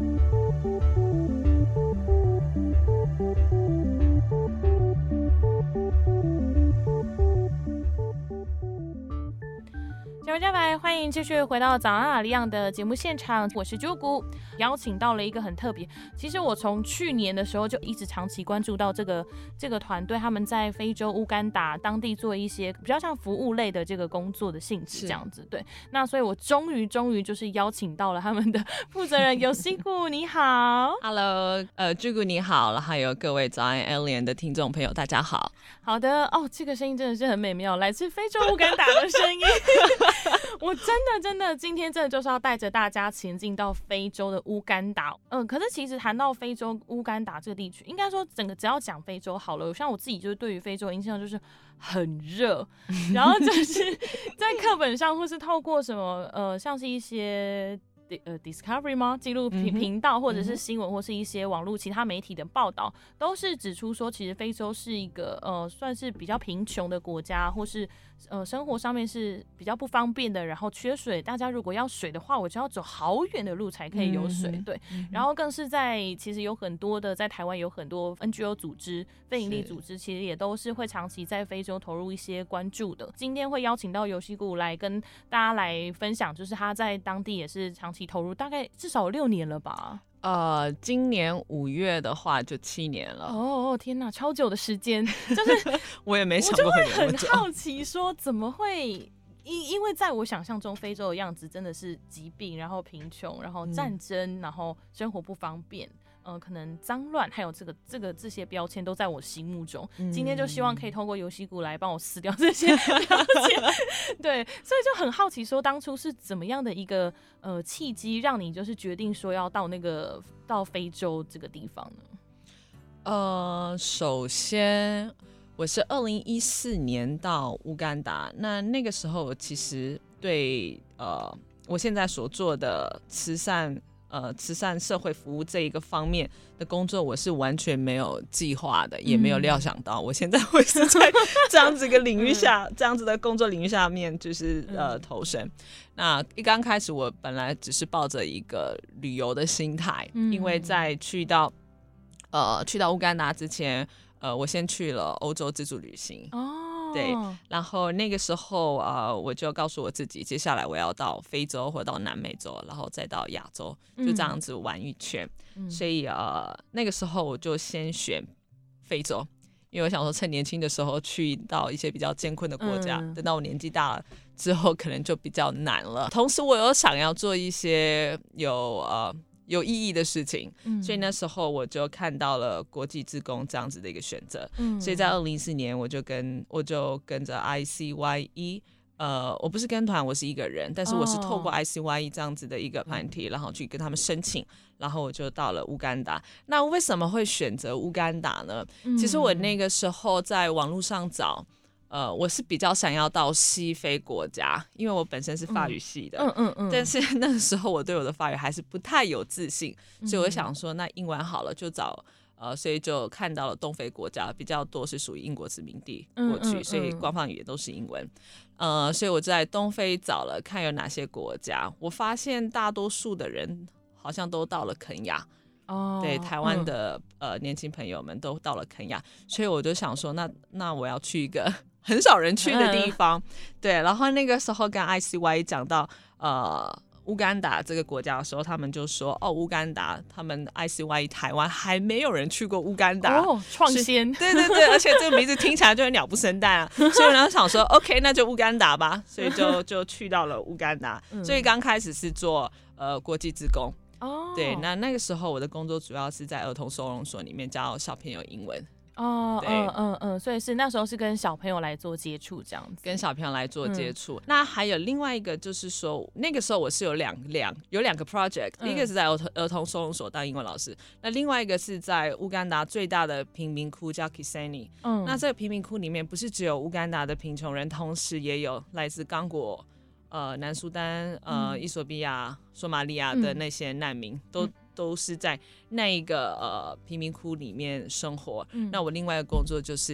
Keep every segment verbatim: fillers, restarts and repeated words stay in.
小家白，欢迎继续回到早安阿里样的节目现场，我是啾谷，邀请到了一个很特别。其实我从去年的时候就一直长期关注到这个这个团队，他们在非洲乌干达当地做一些比较像服务类的这个工作的性质，这样子。对，那所以我终于终于就是邀请到了他们的负责人有西谷，你好 ，Hello， 呃，啾谷你好，还有各位早安 Alien 的听众朋友，大家好。 好的哦，这个声音真的是很美妙，来自非洲乌干达的声音。我真的真的今天真的就是要带着大家前进到非洲的乌干达。嗯，可是其实谈到非洲乌干达这个地区，应该说整个只要讲非洲好了，像我自己就是对于非洲的印象就是很热，然后就是在课本上或是透过什么呃像是一些呃 Discovery 吗？纪录频频道或者是新闻或是一些网络其他媒体的报道，都是指出说，其实非洲是一个呃算是比较贫穷的国家，或是呃生活上面是比较不方便的，然后缺水。大家如果要水的话，我就要走好远的路才可以有水。嗯、对、嗯，然后更是在其实有很多的在台湾有很多 N G O 组织、非营利组织，其实也都是会长期在非洲投入一些关注的。今天会邀请到游西谷来跟大家来分享，就是他在当地也是长期投入大概至少六年了吧？ 呃，今年五月的话就七年了。 哦，天哪，超久的时间，就是我也没想过会那么久。 我就会很好奇说，怎么会？因因为在我想象中，非洲的样子真的是疾病，然后贫穷，然后战争，嗯、然后生活不方便。呃，可能脏乱，还有这个这个这些标签都在我心目中。嗯、今天就希望可以透过游西谷来帮我撕掉这些标签。对，所以就很好奇，说当初是怎么样的一个呃契机，让你就是决定说要到那个到非洲这个地方呢？ 呃，首先我是二零一四年到乌干达，那那个时候其实对呃我现在所做的慈善。呃，慈善社会服务这一个方面的工作，我是完全没有计划的，也没有料想到我现在会是在这样子一个领域下，嗯、这样子的工作领域下面，就是呃投身。那一刚开始，我本来只是抱着一个旅游的心态，嗯、因为在去到呃去到乌干达之前，呃，我先去了欧洲自助旅行。哦。对，然后那个时候呃，我就告诉我自己，接下来我要到非洲或到南美洲，然后再到亚洲，就这样子玩一圈。嗯、所以呃，那个时候我就先选非洲，因为我想说趁年轻的时候去到一些比较艰困的国家，嗯、等到我年纪大了之后，可能就比较难了。同时，我有想要做一些有呃。有意义的事情，嗯、所以那时候我就看到了国际志工这样子的一个选择，嗯、所以在二零一四年我就跟我就跟着 I C Y E， 呃，我不是跟团，我是一个人，但是我是透过 I C Y E 这样子的一个团体，哦、然后去跟他们申请，然后我就到了乌干达。那为什么会选择乌干达呢？嗯、其实我那个时候在网络上找。呃，我是比较想要到西非国家，因为我本身是法语系的，嗯嗯嗯，但是那个时候我对我的法语还是不太有自信，嗯、所以我想说，那英文好了就找呃，所以就看到了东非国家比较多是属于英国殖民地过去，嗯嗯嗯、所以官方语也都是英文，呃，所以我在东非找了看有哪些国家，我发现大多数的人好像都到了肯亚。哦，对，台湾的、嗯、呃年轻朋友们都到了肯亚，所以我就想说，那那我要去一个很少人去的地方，嗯、对。然后那个时候跟 I C Y E 讲到呃乌干达这个国家的时候，他们就说哦，乌干达，他们 I C Y E 台湾还没有人去过乌干达， 哦，创新， 对对对，而且这个名字听起来就很鸟不生蛋啊，所以呢想说 OK， 那就乌干达吧，所以就就去到了乌干达，嗯、所以刚开始是做呃国际志工。哦，对，那那个时候我的工作主要是在儿童收容所里面教小朋友英文。 哦，嗯嗯嗯，所以是那时候是跟小朋友来做接触这样子， 跟小朋友来做接触。嗯、那还有另外一个就是说，那个时候我是有两两有两个 project，、嗯、一个是在儿童儿童收容所当英文老师，那另外一个是在乌干达最大的贫民窟叫 Kiseni。嗯，那这个贫民窟里面不是只有乌干达的贫穷人，同时也有来自刚果。呃，南苏丹、呃，伊索比亚、索马利亚的那些难民，嗯、都都是在那一个呃贫民窟里面生活。嗯、那我另外一个工作就是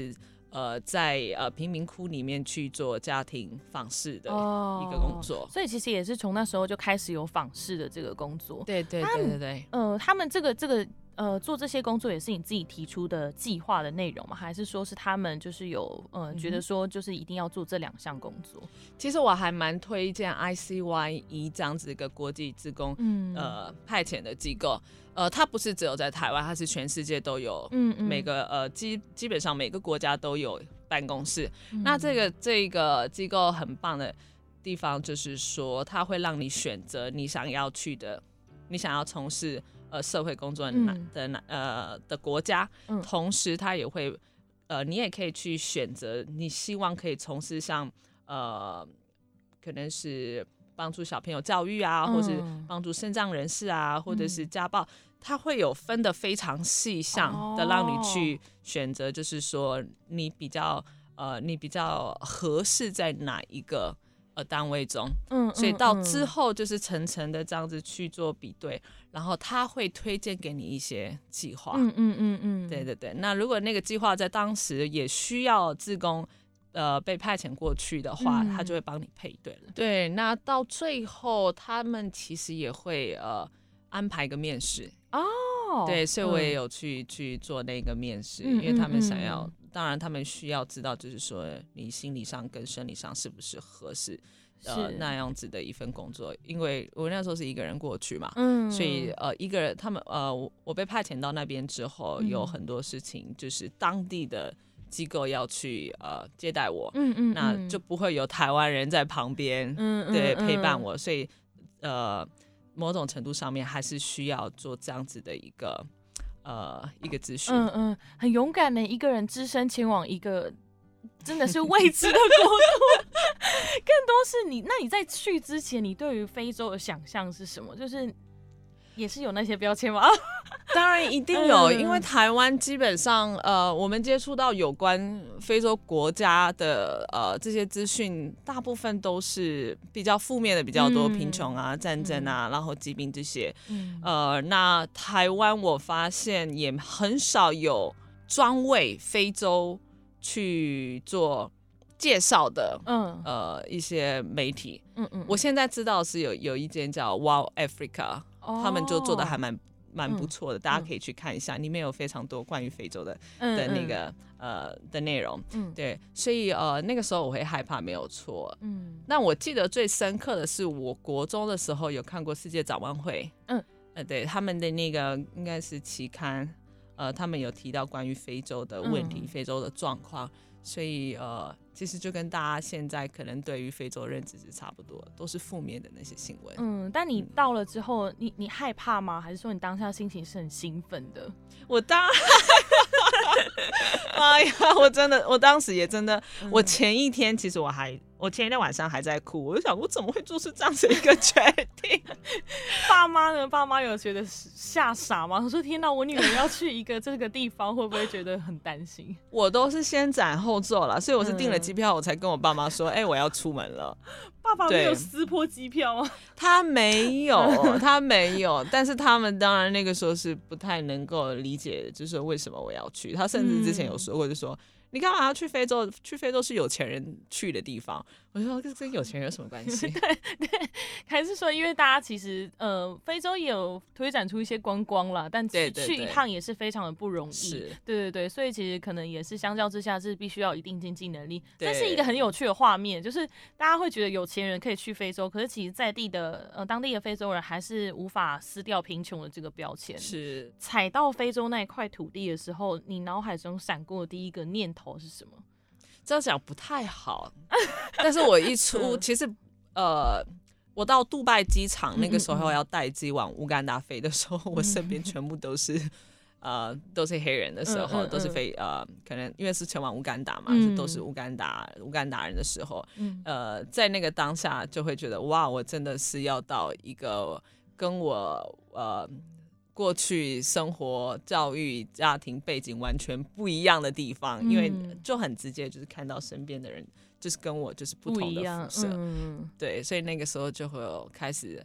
呃在呃贫民窟里面去做家庭访视的一个工作。 哦，所以其实也是从那时候就开始有访视的这个工作。 对对对对对。 呃，他们这个这个呃做这些工作也是你自己提出的计划的内容吗？还是说是他们就是有呃觉得说就是一定要做这两项工作？ 其实我还蛮推荐 I C Y E 这样子一个国际志工、嗯、呃派遣的机构。呃，它不是只有在台湾，它是全世界都有，嗯嗯每个呃基基本上每个国家都有办公室。嗯、那这个这个机构很棒的地方就是说，它会让你选择你想要去的，你想要从事呃社会工作的、嗯、的呃的国家，嗯、同时它也会呃你也可以去选择你希望可以从事像呃可能是帮助小朋友教育啊，嗯、或是帮助身障人士啊，或者是家暴。嗯它会有分得非常细项的，让你去选择，就是说你比较呃，你比较合适在哪一个呃单位中，嗯，所以到之后就是层层的这样子去做比对，然后他会推荐给你一些计划，嗯嗯嗯嗯，对对对。那如果那个计划在当时也需要志工呃被派遣过去的话，嗯、他就会帮你配对了。对，那到最后他们其实也会呃安排一个面试。哦，对，所以我也有去、嗯、去做那个面试、嗯，因为他们想要，嗯、当然他们需要知道，就是说你心理上跟生理上是不是合适，呃，那样子的一份工作。因为我那时候是一个人过去嘛，嗯，所以呃，一个人他们呃，我被派遣到那边之后，有很多事情就是当地的机构要去呃接待我，嗯嗯，那就不会有台湾人在旁边，嗯，对，嗯、陪伴我，所以呃。某种程度上面还是需要做这样子的一个呃一个咨询， 嗯嗯，很勇敢的一个人只身前往一个真的是未知的国度，更多是你。那你在去之前，你对于非洲的想象是什么？就是也是有那些标签吗？ 当然一定有，嗯、因为台湾基本上呃，我们接触到有关非洲国家的呃这些资讯，大部分都是比较负面的比较多，贫穷、嗯、啊、战争啊，嗯、然后疾病这些。嗯、呃，那台湾我发现也很少有专为非洲去做介绍的，嗯、呃一些媒体。嗯嗯，我现在知道是有有一间叫 Wow Africa，哦、他们就做的还蛮。蛮不错的、嗯，大家可以去看一下，里面有非常多关于非洲的、嗯、的那个呃的内容，嗯，对，所以呃那个时候我会害怕没有错，嗯，那我记得最深刻的是我国中的时候有看过世界展望会，嗯，呃对，他们的那个应该是期刊，呃他们有提到关于非洲的问题、嗯、非洲的状况，所以呃其实就跟大家现在可能对于非洲认知是差不多，都是负面的那些新闻。 嗯，但你到了之后，你你害怕吗？还是说你当下心情是很兴奋的？ 我当然，哎呀，我真的，我当时也真的，嗯、我前一天其实我还，我前一天晚上还在哭，我就想我怎么会做出这样子一个决定？ 爸妈呢？爸妈有觉得吓傻吗？我说天哪，我女儿要去一个这个地方，会不会觉得很担心？ 我都是先斩后奏了，所以我是订了机票，我才跟我爸妈说，哎、欸，我要出门了。 爸爸没有撕破机票吗？ 他没有，他没有，但是他们当然那个时候是不太能够理解，就是为什么我要去。他甚至之前有说过，就说。嗯你干嘛要去非洲？去非洲是有钱人去的地方。我就说这跟有钱人有什么关系？ 对对，还是说因为大家其实呃，非洲也有推展出一些观光啦，但去一趟也是非常的不容易。是，对对对，所以其实可能也是相较之下是必须要有一定经济能力。这是一个很有趣的画面，就是大家会觉得有钱人可以去非洲，可是其实在地的呃当地的非洲人还是无法撕掉贫穷的这个标签。 是， 踩到非洲那一块土地的时候，你脑海中闪过的第一个念头是什么？ 这样讲不太好，但是我一出，其实呃，我到杜拜机场那个时候要待机往乌干达飞的时候，我身边全部都是呃都是黑人的时候，都是非呃可能因为是前往乌干达嘛，嗯、都是乌干达乌干达人的时候，呃，在那个当下就会觉得哇，我真的是要到一个跟我呃。过去生活、教育、家庭背景完全不一样的地方，嗯、因为就很直接，就是看到身边的人就是跟我就是不同的肤色，嗯、对，所以那个时候就会有开始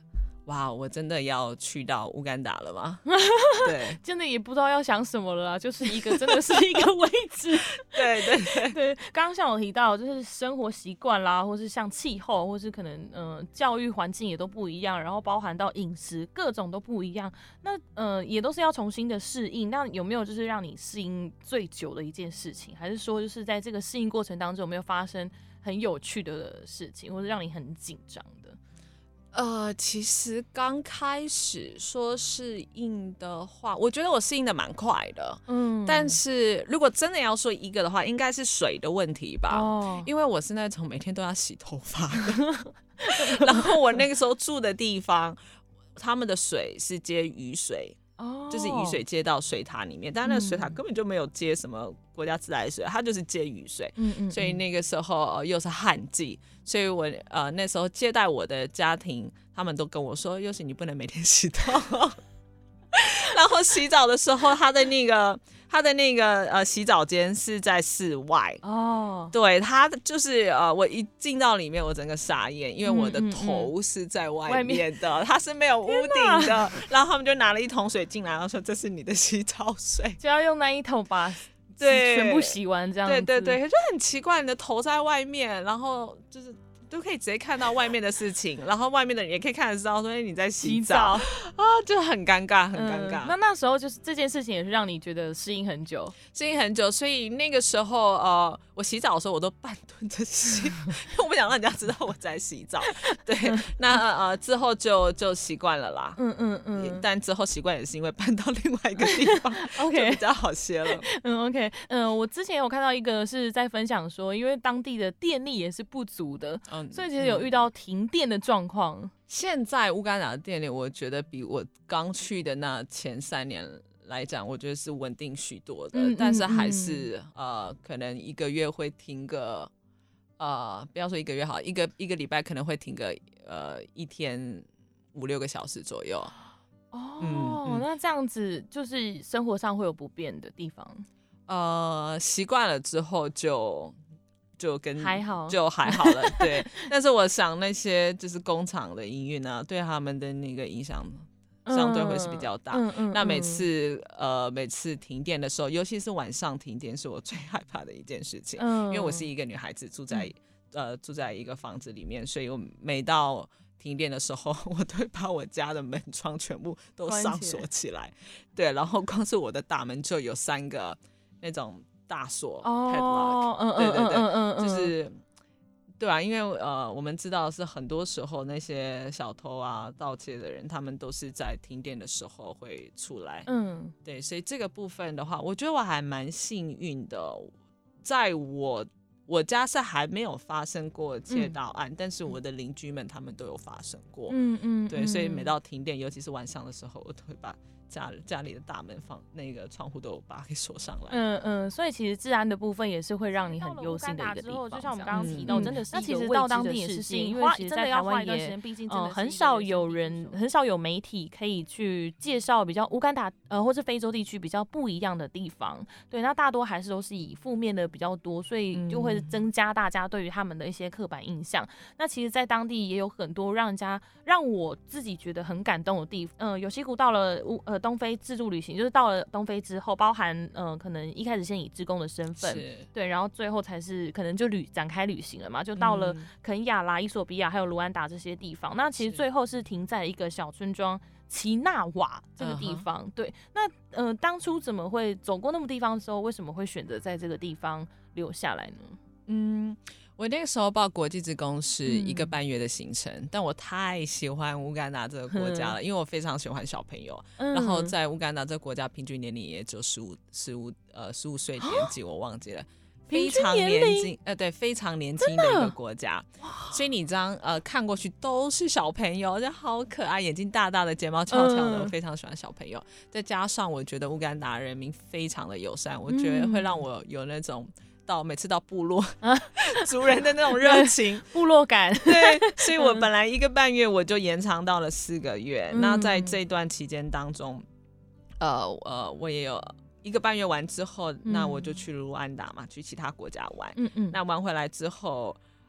哇，我真的要去到乌干达了吗？对， 真的也不知道要想什么了啦，就是一个真的是一个位置。 对对对对，刚刚像我提到，就是生活习惯啦，或是像气候，或是可能呃教育环境也都不一样，然后包含到饮食，各种都不一样。那呃也都是要重新的适应。那有没有就是让你适应最久的一件事情，还是说就是在这个适应过程当中有没有发生很有趣的事情，或者让你很紧张的？ 呃，其实刚开始说适应的话，我觉得我适应的蛮快的，嗯，但是如果真的要说一个的话，应该是水的问题吧，哦，因为我是那种每天都要洗头发的，然后我那个时候住的地方，他们的水是接雨水。哦，就是雨水接到水塔里面，但那个水塔根本就没有接什么国家自来水，它就是接雨水。嗯嗯，所以那个时候、呃、又是旱季，所以我呃那时候接待我的家庭，他们都跟我说，又是你不能每天洗头。然后洗澡的时候，他的那个他的那个呃洗澡间是在室外哦，对，他就是呃我一进到里面，我整个傻眼，因为我的头是在外面的，嗯嗯嗯，它是没有屋顶的，然后他们就拿了一桶水进来，然后说这是你的洗澡水， 就要用那一桶把对全部洗完这样子， 对对对，就很奇怪，你的头在外面，然后就是都可以直接看到外面的事情，然后外面的人也可以看得知道说你在洗澡，洗澡啊，就很尴尬，很尴尬。 嗯、那那时候就是这件事情也是让你觉得适应很久， 适应很久，所以那个时候呃，我洗澡的时候我都半蹲着洗，因为我不想让人家知道我在洗澡。对，那呃之后就就习惯了啦。嗯嗯嗯。但之后习惯也是因为搬到另外一个地方，OK， 就比较好些了。 嗯 ，OK， 嗯，我之前有看到一个是在分享说，因为当地的电力也是不足的。嗯，所以其实有遇到停电的状况、嗯。 现在乌干达的电力，我觉得比我刚去的那前三年来讲，我觉得是稳定许多的。嗯、但是还是、嗯、呃，可能一个月会停个呃，不要说一个月好，一个一个礼拜可能会停个呃一天五六个小时左右。 哦、嗯嗯，那这样子就是生活上会有不便的地方。 呃，习惯了之后就。就跟还好， 就还好了，对。但是我想那些就是工厂的营运啊，对他们的那个影响相对会是比较大。嗯嗯嗯、那每次呃每次停电的时候，尤其是晚上停电，是我最害怕的一件事情。嗯、因为我是一个女孩子，住在、嗯、呃住在一个房子里面，所以我每到停电的时候，我都会把我家的门窗全部都上锁起来。对，然后光是我的大门就有三个那种。大锁 padlock， 嗯对对对，嗯嗯嗯，就是对啊，因为呃，我们知道是很多时候那些小偷啊、盗窃的人，他们都是在停电的时候会出来，嗯，对，所以这个部分的话，我觉得我还蛮幸运的，在我我家是还没有发生过窃盗案，嗯、但是我的邻居们他们都有发生过，嗯嗯，对，所以每到停电，尤其是晚上的时候，我都会把。家, 家里的大门放那个窗户都有把它给锁上来。 嗯嗯，所以其实治安的部分也是会让你很忧心的一个地方。就像我们刚刚提到，真的是一个未知的事情，因为其实在台湾也呃很少有人、很少有媒体可以去介绍比较乌干达呃或是非洲地区比较不一样的地方。对，那大多还是都是以负面的比较多，所以就会增加大家对于他们的一些刻板印象。那其实，在当地也有很多让人家让我自己觉得很感动的地方。嗯、呃，有西谷到了乌呃。东非自助旅行就是到了东非之后，包含呃可能一开始先以志工的身份，对，然后最后才是可能就旅展开旅行了嘛，就到了肯亚啦、伊索比亚还有卢安达这些地方。那其实最后是停在一个小村庄奇纳瓦这个地方。Uh-huh. 对，那呃当初怎么会走过那么地方的时候，为什么会选择在这个地方留下来呢？嗯。 我那个时候报国际志工是一个半月的行程、嗯、但我太喜欢乌干达这个国家了、嗯、因为我非常喜欢小朋友、嗯、然后在乌干达这个国家平均年龄也只有十五十五呃十五岁年纪我忘记了，非常年轻呃对非常年轻的一个国家，所以你这样呃看过去都是小朋友，就好可爱，眼睛大大的，睫毛翘翘的、嗯、我非常喜欢小朋友，再加上我觉得乌干达人民非常的友善，我觉得会让我有那种到每次到部落、啊、族人的那种热情部落感， 对，所以我本来一个半月我就延长到了四个月、嗯、那在这段期间当中呃呃我也有一个半月完之后、嗯、那我就去卢安达嘛，去其他国家玩，嗯嗯，那玩回来之后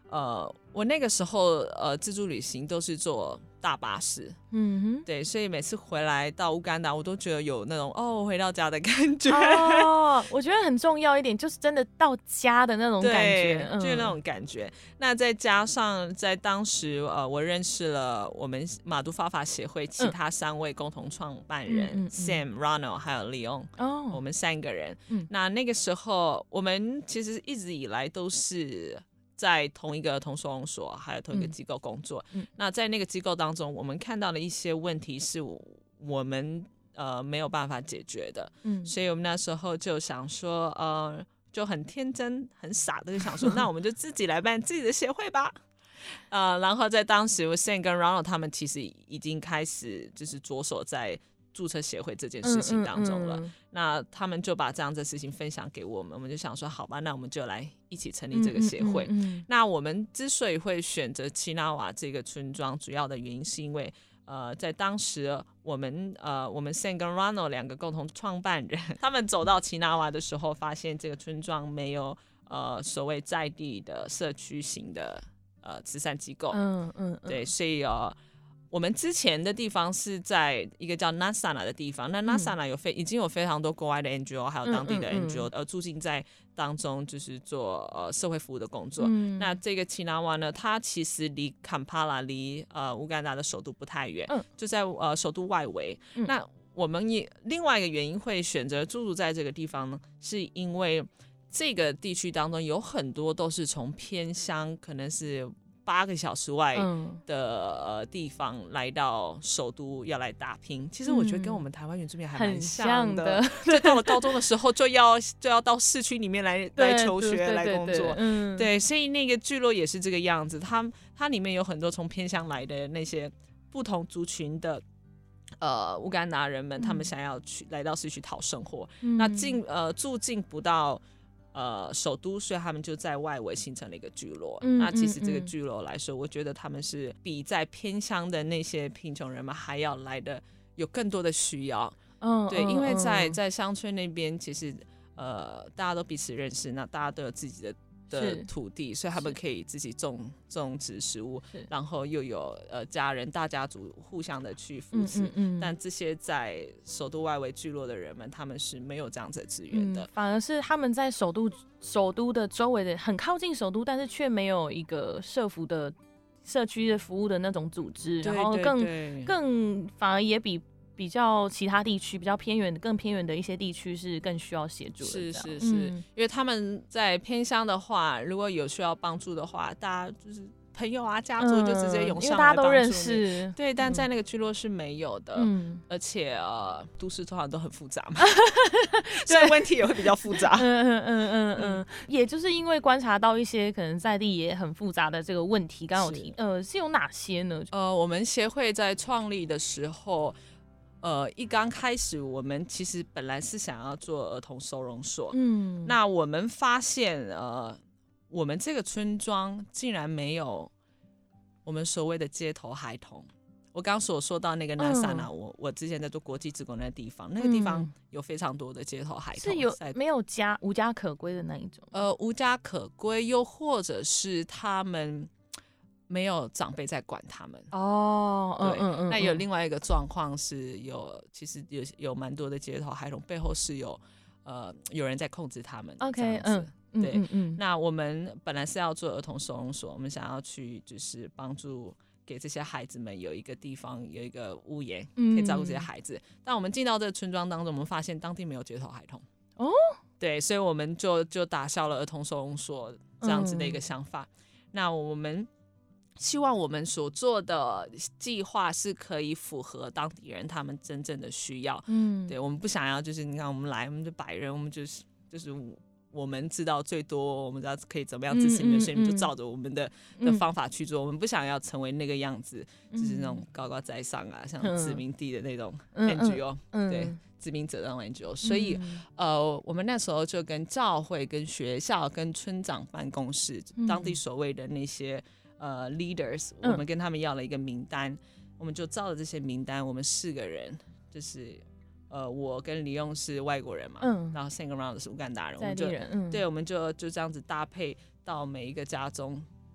呃，我那个时候呃自助旅行都是坐大巴士，嗯哼，对，所以每次回来到乌干达，我都觉得有那种哦回到家的感觉。 哦，我觉得很重要一点，就是真的到家的那种感觉， 对，就是那种感觉。那再加上在当时呃，我认识了我们马杜法法协会其他三位共同创办人、嗯嗯嗯、Sam、Ronald 还有 Leon，哦，我们三个人。嗯，那那个时候我们其实一直以来都是在同一个儿童收容所还有同一个机构工作、嗯、那在那个机构当中我们看到的一些问题是我们呃没有办法解决的、嗯、所以我们那时候就想说呃就很天真很傻的就想说那我们就自己来办自己的协会吧呃，然后在当时 Sam 跟 Ronald 他们其实已经开始就是着手在注册协会这件事情当中了、嗯嗯嗯、那他们就把这样的事情分享给我们，我们就想说好吧，那我们就来一起成立这个协会、嗯嗯嗯嗯、那我们之所以会选择奇纳瓦这个村庄主要的原因是因为呃，在当时我们呃，我们 Sam 跟 Ronald 两个共同创办人他们走到奇纳瓦的时候发现这个村庄没有呃所谓在地的社区型的呃慈善机构，嗯嗯嗯，对，所以呃我们之前的地方是在一个叫 Nasana 的地方，那 Nasana 有非、嗯、已经有非常多国外的 N G O 还有当地的 N G O、嗯嗯嗯、呃驻进在当中，就是做呃社会服务的工作、嗯、那这个奇纳瓦呢，它其实离坎帕拉离呃乌干达的首都不太远、嗯、就在呃首都外围、嗯、那我们也另外一个原因会选择驻驻在这个地方呢，是因为这个地区当中有很多都是从偏乡可能是八个小时外的、呃、地方来到首都要来打拼，其实我觉得跟我们台湾原住民还蛮像的，很像的就到了高中的时候就要就要到市区里面来来求学来工作， 对, 对, 对, 嗯、对，所以那个聚落也是这个样子，它它里面有很多从偏乡来的那些不同族群的呃乌干达人们、嗯、他们想要去来到市区讨生活、嗯、那进呃住进不到呃，首都，所以他们就在外围形成了一个聚落、嗯、那其实这个聚落来说、嗯、我觉得他们是比在偏乡的那些贫穷人们还要来的有更多的需要、嗯、对、嗯、因为在在乡村那边其实呃大家都彼此认识，那大家都有自己的的土地，所以他们可以自己种种植食物，然后又有呃家人大家族互相的去扶持、嗯嗯嗯、但这些在首都外围聚落的人们他们是没有这样子的资源的、嗯、 反而是他们在首都首都的周围的很靠近首都，但是却没有一个社服的社区的服务的那种组织， 对对对， 然后更更反而也比比较其他地区比较偏远更偏远的一些地区是更需要协助的， 是是是、嗯、因为他们在偏乡的话，如果有需要帮助的话，大家就是朋友啊家族就直接涌上来帮助你、嗯、因为大家都认识，对，但在那个聚落是没有的、嗯、而且呃都市通常都很复杂嘛所以问题也会比较复杂嗯嗯嗯嗯嗯，也就是因为观察到一些可能在地也很复杂的这个问题，刚刚有提是呃是有哪些呢？ 呃我们协会在创立的时候呃，一刚开始我们其实本来是想要做儿童收容所，嗯，那我们发现呃，我们这个村庄竟然没有我们所谓的街头孩童。我刚所说到那个纳萨纳、嗯、我我之前在做国际志工那个地方，那个地方有非常多的街头孩童， 是有没有家无家可归的那一种？ 呃，无家可归，又或者是他们没有长辈在管他们哦，对，嗯嗯嗯，那有另外一个状况是有，其实有有蛮多的街头孩童背后是有呃有人在控制他们 ，OK， 嗯，对，嗯嗯嗯，那我们本来是要做儿童收容所，我们想要去就是帮助给这些孩子们有一个地方有一个屋檐可以照顾这些孩子，嗯、但我们进到这个村庄当中，我们发现当地没有街头孩童哦，对，所以我们就就打消了儿童收容所这样子的一个想法。嗯、那我们希望我们所做的计划是可以符合当地人他们真正的需要。嗯，对，我们不想要就是你看我们来我们就白人，我们就是就是我们知道最多，我们知道可以怎么样支持你们，嗯嗯嗯、所以你们就照着我们的的方法去做。我们不想要成为那个样子，嗯、就是那种高高在上啊，像殖民地的那种 N G O，嗯嗯、对。殖民者的 N G O， 所以、嗯、呃，我们那时候就跟教会、跟学校、跟村长办公室、嗯、当地所谓的那些呃 leaders， 我们跟他们要了一个名单，嗯、我们就照着这些名单，我们四个人，就是呃，我跟李用是外国人嘛，嗯、然后 Sam 跟 Ronald 是乌干达人，在地人，我们就、嗯、对，我们就就这样子搭配到每一个家中。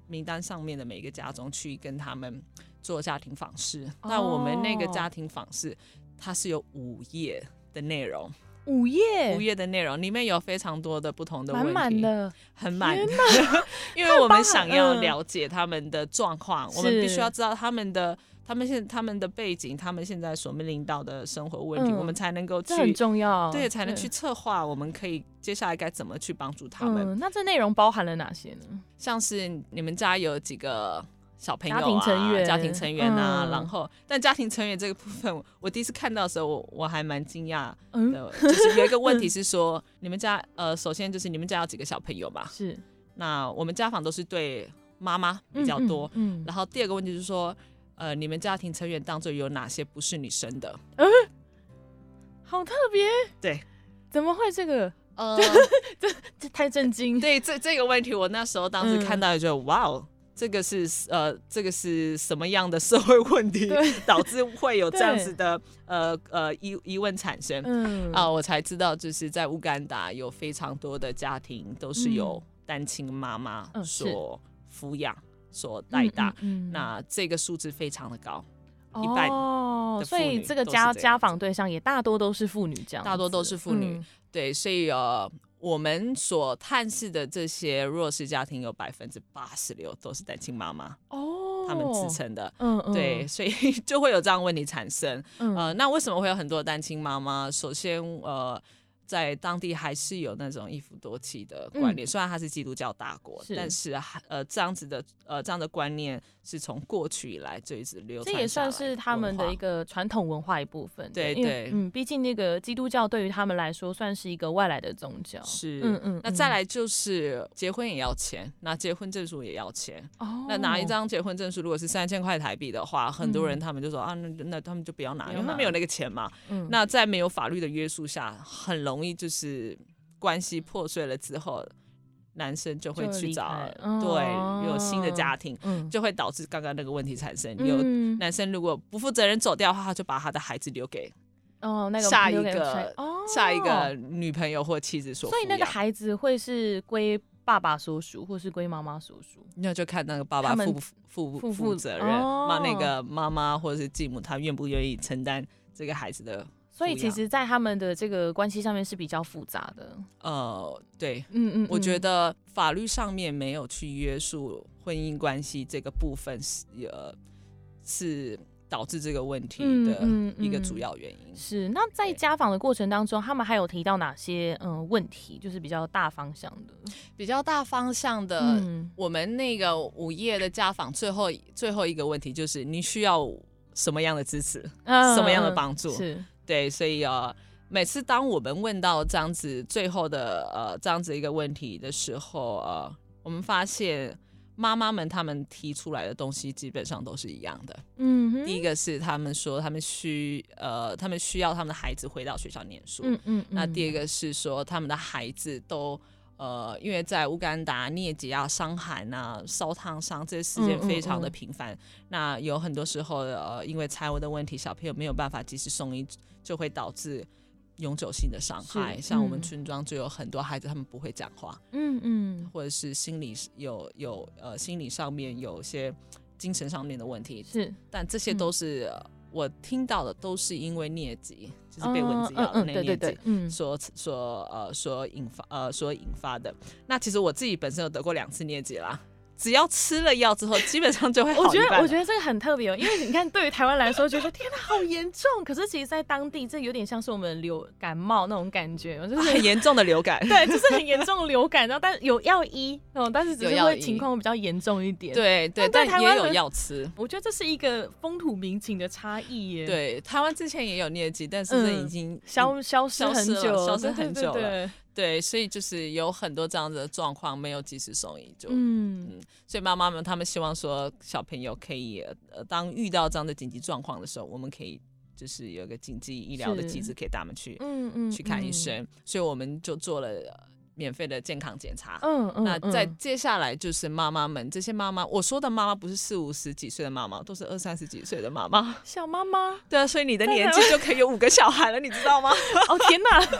名单上面的每个家中去跟他们做家庭访视。哦、那我们那个家庭访视，它是有五页的内容。 五页五页的内容里面有非常多的不同的问题， 满满的， 很满的，因为我们想要了解他们的状况，嗯、我们必须要知道他们的他们现他们的背景，他们现在所面临到的生活问题，嗯、我们才能够去， 这很重要， 对，才能去策划我们可以接下来该怎么去帮助他们。 嗯、那这内容包含了哪些呢？ 像是你们家有几个小朋友啊， 家庭成员， 家庭成员啊， 嗯、 然后，但家庭成员这个部分，我第一次看到的时候，我我还蛮惊讶的、嗯，就是有一个问题是说，你们家呃，首先就是你们家有几个小朋友嘛？ 是。那我们家访都是对妈妈比较多，嗯嗯嗯、然后第二个问题就是说，呃，你们家庭成员当中有哪些不是你生的？ 嗯，好特别。 对， 怎么会这个？呃，这这太震惊。 对，这这个问题，我那时候当时看到就觉得、嗯、哇哦。这个是呃，这个是什么样的社会问题，导致会有这样子的呃呃疑疑问产生？嗯啊、呃，我才知道，就是在乌干达有非常多的家庭都是由单亲妈妈所抚养、嗯、所带大，嗯嗯嗯、那这个数字非常的高， 哦、 一半的妇女都是这样子。 所以这个家家访对象也大多都是妇女，这样大多都是妇女，嗯、对，所以呃。我们所探视的这些弱势家庭有百分之八十六都是单亲妈妈哦，他们支撑的，嗯嗯，对，所以就会有这样的问题产生。嗯、呃，那为什么会有很多单亲妈妈？首先，呃，在当地还是有那种一夫多妻的观念，嗯、虽然它是基督教大国，是但是呃这样子的呃这样的观念是从过去以来就一直流传下来，这也算是他们的一个传统文化一部分。 对对， 嗯，毕竟那个基督教对于他们来说算是一个外来的宗教。 是，嗯嗯。那再来就是结婚也要钱，拿结婚证书也要钱。哦。那拿一张结婚证书，如果是三千块台币的话，很多人他们就说、嗯、啊，那那他们就不要拿，因为他们没有那个钱嘛。嗯。那在没有法律的约束下，很容易就是关系破碎了之后。男生就会去找对有新的家庭，嗯、就会导致刚刚那个问题产生。嗯、有男生如果不负责任走掉的话，他就把他的孩子留给哦那个下一个、哦、下一个女朋友或妻子所抚养。 所以那个孩子会是归爸爸所属，或是归妈妈所属？ 那就看那个爸爸负负负负责任，哦、那个妈妈或者是继母，他愿不愿意承担这个孩子的。 所以其实在他们的这个关系上面是比较复杂的。 呃，对，嗯 嗯, 嗯，我觉得法律上面没有去约束婚姻关系这个部分是呃是导致这个问题的一个主要原因。嗯嗯嗯、 是，那在家访的过程当中，他们还有提到哪些嗯问题，就是比较大方向的？ 比较大方向的，嗯、我们那个午夜的家访最后最后一个问题就是你需要什么样的支持，嗯、什么样的帮助？是。对，所以呃，每次当我们问到这样子最后的呃这样子一个问题的时候，呃，我们发现妈妈们他们提出来的东西基本上都是一样的。嗯哼，第一个是他们说他们需呃他们需要他们的孩子回到学校念书。嗯 嗯, 嗯。那第二个是说他们的孩子都呃因为在乌干达疟疾啊、伤寒啊、烧烫伤这些事件非常的频繁。嗯嗯嗯，那有很多时候呃因为财务的问题，小朋友没有办法及时送医，就会导致永久性的伤害。嗯、像我们村庄就有很多孩子，他们不会讲话，嗯嗯，或者是心理有有呃心理上面有些精神上面的问题，是，但这些都是、嗯、我听到的都是因为疟疾，就是被蚊子咬的那个疟疾所所呃所引发呃所引发的。那其实我自己本身有得过两次疟疾啦。只要吃了药之后，基本上就会好一半。 我觉得，我觉得这个很特别哦，因为你看，对于台湾来说，觉得天哪，好严重。可是其实，在当地，这有点像是我们流感冒那种感觉，就是、 啊、很严重的流感。 对，就是很严重的流感，然后但有药医，哦，但是只是会情况比较严重一点。 对对，但也有药吃。 我觉得这是一个风土民情的差异耶。 对，台湾之前也有疟疾，但是这已经、嗯、 消消失很久， 消失很久了。 对对对对对，所以就是有很多这样的状况没有及时送医，就嗯嗯，所以妈妈们他们希望说小朋友可以呃，当遇到这样的紧急状况的时候，我们可以就是有一个紧急医疗的机制，可以带他们去嗯嗯去看医生，嗯、所以我们就做了免费的健康检查。嗯嗯，那在接下来就是妈妈们，这些妈妈，我说的妈妈不是四五十几岁的妈妈，都是二三十几岁的妈妈， 小妈妈。 对啊，所以你的年纪就可以有五个小孩了，你知道吗？ 哦天哪！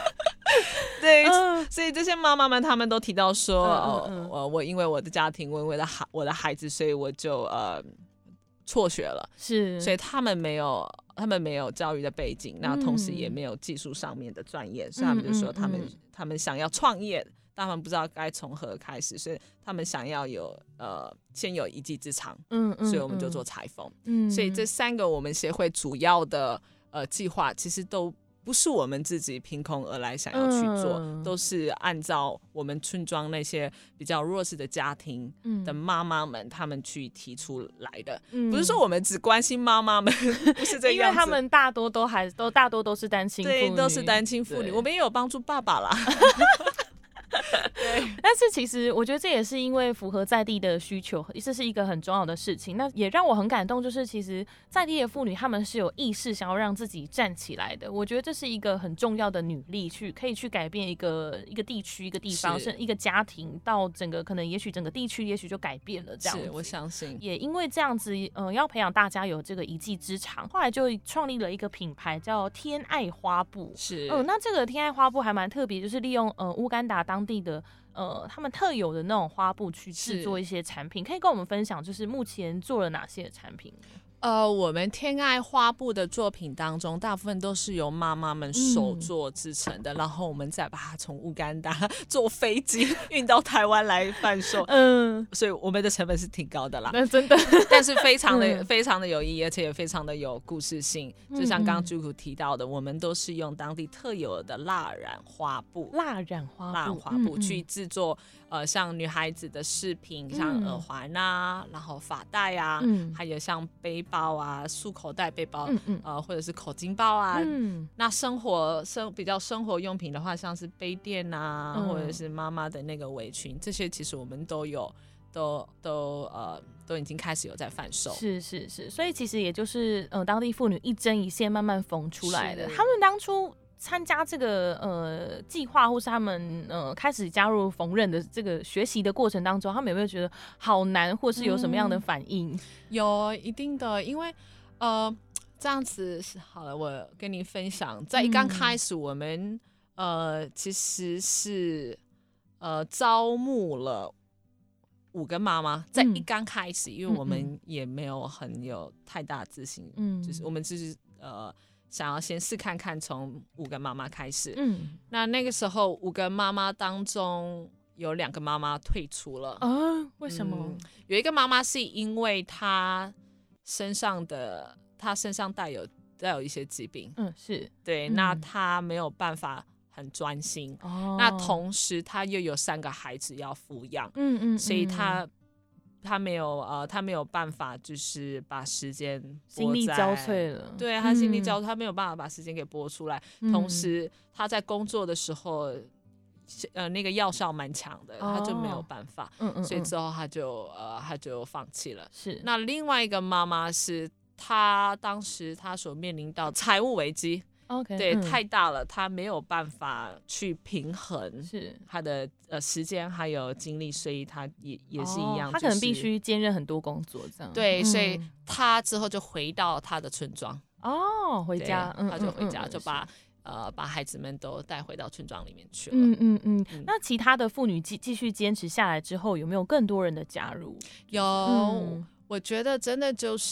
对、嗯，所以这些妈妈们他们都提到说，嗯嗯嗯、呃，我因为我的家庭，我为了孩我的孩子，所以我就呃辍学了，是，所以他们没有他们没有教育的背景，那同时也没有技术上面的专业，嗯、所以他们就说他们、嗯嗯、他们想要创业，但他们不知道该从何开始，所以他们想要有呃先有一技之长，嗯嗯，所以我们就做裁缝，嗯，所以这三个我们协会主要的呃计划其实都不是我们自己凭空而来想要去做、嗯、都是按照我们村庄那些比较弱势的家庭的妈妈们、嗯、他们去提出来的、嗯、不是说我们只关心妈妈们不是这样子，因为他们大多都还都大多都是单亲妇女， 对，都是单亲妇女，我们也有帮助爸爸啦对，但是其实我觉得这也是因为符合在地的需求，这是一个很重要的事情。那也让我很感动，就是其实在地的妇女她们是有意识想要让自己站起来的。我觉得这是一个很重要的女力，去可以去改变一个一个地区、一个地方，甚至一个家庭，到整个可能也许整个地区也许就改变了这样子。 是，我相信。 也因为这样子，呃，要培养大家有这个一技之长，后来就创立了一个品牌叫天爱花布。 是， 嗯、呃，那这个天爱花布还蛮特别，就是利用呃乌干达当地的。呃，他们特有的那种花布去制作一些产品，可以跟我们分享，就是目前做了哪些产品？ 呃，我们天爱花布的作品当中，大部分都是由妈妈们手做制成的，嗯、然后我们再把它从乌干达坐飞机运到台湾来贩售。嗯，所以我们的成本是挺高的啦， 那真的， 但是非常的、嗯、非常的有意义，而且也非常的有故事性。就像刚刚朱古提到的，我们都是用当地特有的蜡染花布， 蜡染花布， 蜡染花布、嗯、去制作。呃，像女孩子的饰品，像耳环啊，嗯、然后发带啊，嗯、还有像背包啊、束口袋背包，嗯嗯呃，或者是口巾包啊。嗯、那生活生比较生活用品的话，像是杯垫啊，嗯、或者是妈妈的那个围裙，这些其实我们都有，都都呃都已经开始有在贩售。 是是是，所以其实也就是呃当地妇女一针一线慢慢缝出来的。他们当初参加这个呃计划，或是他们呃开始加入缝纫的这个学习的过程当中，他们有没有觉得好难，或是有什么样的反应？嗯、 有一定的，因为呃这样子好了，我跟你分享，在刚开始我们、嗯、呃其实是呃招募了五个妈妈，在一刚开始，嗯、因为我们也没有很有太大自信，嗯，就是我们就是呃。想要先试看看，从五个妈妈开始。嗯，那那个时候五个妈妈当中有两个妈妈退出了啊？为什么？ 嗯、有一个妈妈是因为她身上的她身上带有带有一些疾病， 嗯，是对， 嗯、 那她没有办法很专心。哦，那同时她又有三个孩子要抚养，嗯 嗯, 嗯，所以她。他没有呃，他没有办法，就是把时间心力交瘁了。 对，他心力交瘁，嗯、他没有办法把时间给拨出来。嗯、同时，他在工作的时候，呃，那个药效蛮强的，哦、他就没有办法。嗯嗯嗯，所以之后他就呃，他就放弃了。 是。 那另外一个妈妈是她当时她所面临到财务危机。 Okay, 对， 嗯、 太大了，他没有办法去平衡他的呃时间还有精力，所以他也也是一样、 哦，他可能必须兼任很多工作，这样。 对，嗯、所以他之后就回到他的村庄。 哦，回家， 他就回家，嗯、就把呃把孩子们都带回到村庄里面去了。 嗯嗯嗯。嗯那其他的妇女继继续坚持下来之后，有没有更多人的加入？ 有，嗯、我觉得真的就是，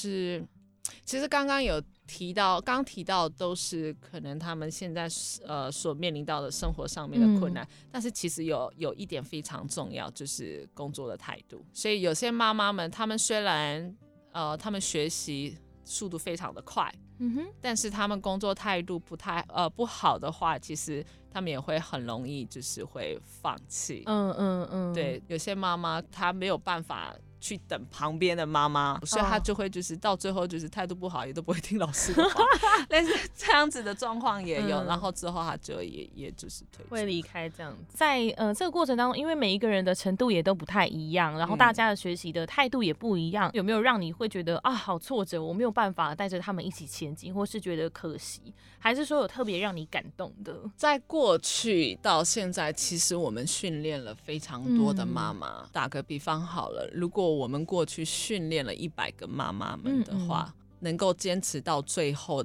其实刚刚有。提到刚提到都是可能他们现在呃所面临到的生活上面的困难，嗯、但是其实有有一点非常重要，就是工作的态度。所以有些妈妈们，她们虽然呃她们学习速度非常的快，嗯哼，但是她们工作态度不太呃不好的话，其实她们也会很容易就是会放弃。嗯嗯嗯，对，有些妈妈她没有办法。去等旁边的妈妈，所以他就会就是到最后就是态度不好，也都不会听老师的话，类似这样子的状况也有。嗯、然后之后他就也也就是退出， 会离开这样子。在呃这个过程当中，因为每一个人的程度也都不太一样，然后大家的学习的态度也不一样，嗯、有没有让你会觉得啊好挫折，我没有办法带着他们一起前进，或是觉得可惜，还是说有特别让你感动的？ 在过去到现在，其实我们训练了非常多的妈妈。嗯、打个比方好了，如果我们过去训练了一百个妈妈们的话，嗯嗯能够坚持到最后的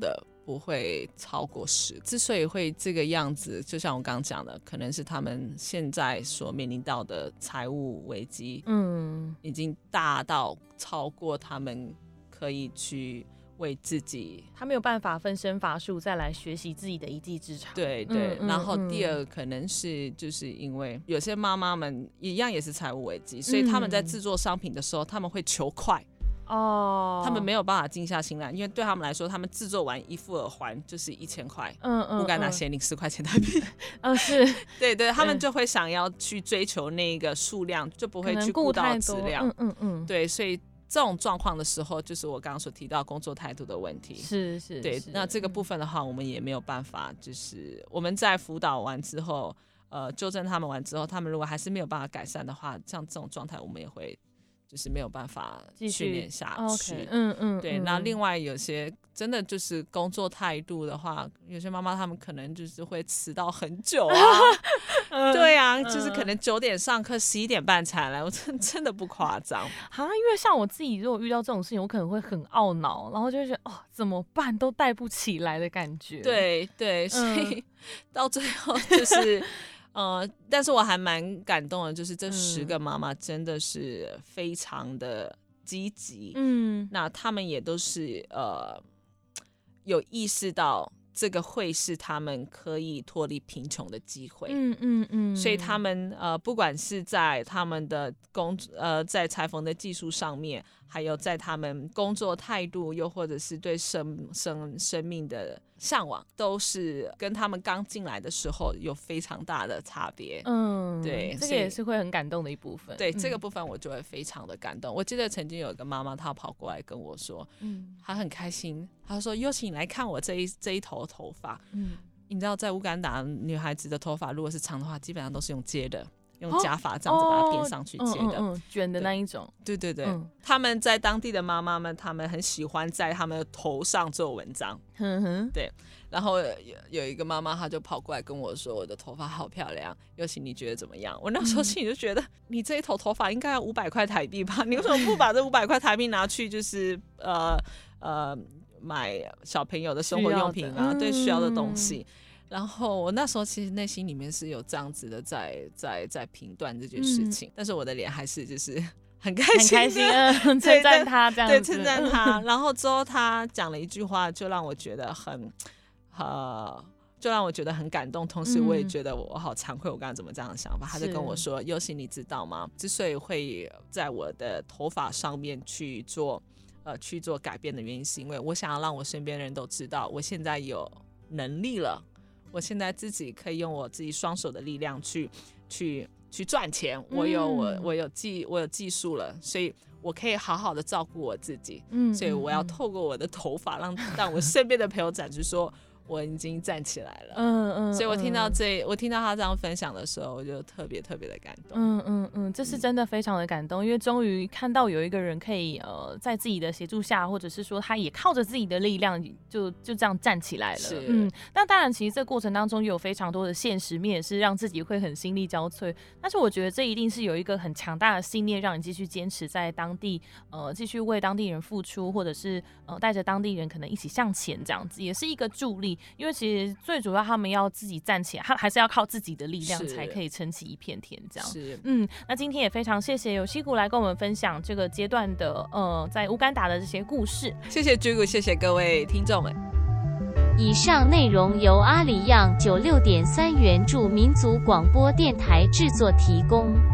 不会超过十。之所以会这个样子，就像我刚刚讲的，可能是他们现在所面临到的财务危机，嗯，已经大到超过他们可以去为自己， 他没有办法分身乏术再来学习自己的一技之长。 对对、嗯、然后第二个可能是就是因为有些妈妈们一样也是财务危机，所以他们在制作商品的时候他们会求快哦，他们没有办法静下心来，因为对他们来说他们制作完一副耳环就是一千块，嗯嗯，乌干达先领十块钱台币，嗯是，对对，他们就会想要去追求那个数量，就不会去顾到质量，嗯嗯嗯，对，所以这种状况的时候，就是我刚刚所提到工作态度的问题。是是，对。那这个部分的话，我们也没有办法，就是我们在辅导完之后，呃，纠正他们完之后，他们如果还是没有办法改善的话，像这种状态，我们也会就是没有办法训练下去。Okay, 嗯嗯，对。那另外有些真的就是工作态度的话，有些妈妈她们可能就是会迟到很久啊。对啊，就是可能九点上课，十一点半才来，我真真的不夸张啊。因为像我自己，如果遇到这种事情，我可能会很懊恼，然后就会觉得哦，怎么办都带不起来的感觉。 对对，所以、嗯、到最后就是，呃，但是我还蛮感动的，就是这十个妈妈真的是非常的积极，嗯，那他们也都是呃有意识到。这个会是他们可以脱离贫穷的机会，嗯嗯嗯，所以他们呃，不管是在他们的工呃，在裁缝的技术上面，还有在他们工作态度，又或者是对生生生命的向往，都是跟他们刚进来的时候有非常大的差别。嗯，对， 这个也是会很感动的一部分。 对、嗯、这个部分我就会非常的感动。我记得曾经有一个妈妈，她跑过来跟我说，嗯，她很开心，她说：“尤其你来看我这一这一头头发。”嗯，你知道在乌干达女孩子的头发如果是长的话，基本上都是用接的。用假发这样子把它编上去接的、哦嗯嗯嗯、 卷的那一种。 对对对、嗯、他们在当地的妈妈们，他们很喜欢在他们的头上做文章。哼哼，对。然后 有, 有一个妈妈，她就跑过来跟我说：“我的头发好漂亮，尤其你觉得怎么样？”我那时候心里就觉得，嗯、你这一头头发应该要五百块台币吧？你为什么不把这五百块台币拿去，就是呃呃买小朋友的生活用品啊，嗯、对需要的东西？然后我那时候其实内心里面是有这样子的在在在评断这件事情、嗯，但是我的脸还是就是很开心， 很开心，嗯，称赞他这样子， 对，称赞他。然后之后他讲了一句话，就让我觉得很呃，就让我觉得很感动，同时我也觉得我好惭愧，我刚刚怎么这样的想法。他就跟我说：“尤其你知道吗？之所以会在我的头发上面去做呃去做改变的原因，是因为我想要让我身边的人都知道，我现在有能力了。”我现在自己可以用我自己双手的力量去去去赚钱，我有我我有技我有技术了，所以我可以好好的照顾我自己。嗯，所以我要透过我的头发让让我身边的朋友展示说我已经站起来了。嗯嗯，所以我听到这我听到他这样分享的时候，我就特别特别的感动。 嗯嗯嗯，这是真的非常的感动，因为终于看到有一个人可以呃在自己的协助下，或者是说他也靠着自己的力量就就这样站起来了。是，嗯，那当然其实这过程当中也有非常多的现实面，是让自己会很心力交瘁。但是我觉得这一定是有一个很强大的信念，让你继续坚持在当地，呃，继续为当地人付出，或者是呃带着当地人可能一起向前，这样子也是一个助力。因为其实最主要他们要自己站起来，他还是要靠自己的力量才可以撑起一片天这样。是，嗯，那今天也非常谢谢有希谷来跟我们分享这个阶段的呃在乌干达的这些故事。 谢谢 Jugo， 谢谢各位听众们。 以上内容由阿里样九六点三原著民族广播电台制作提供。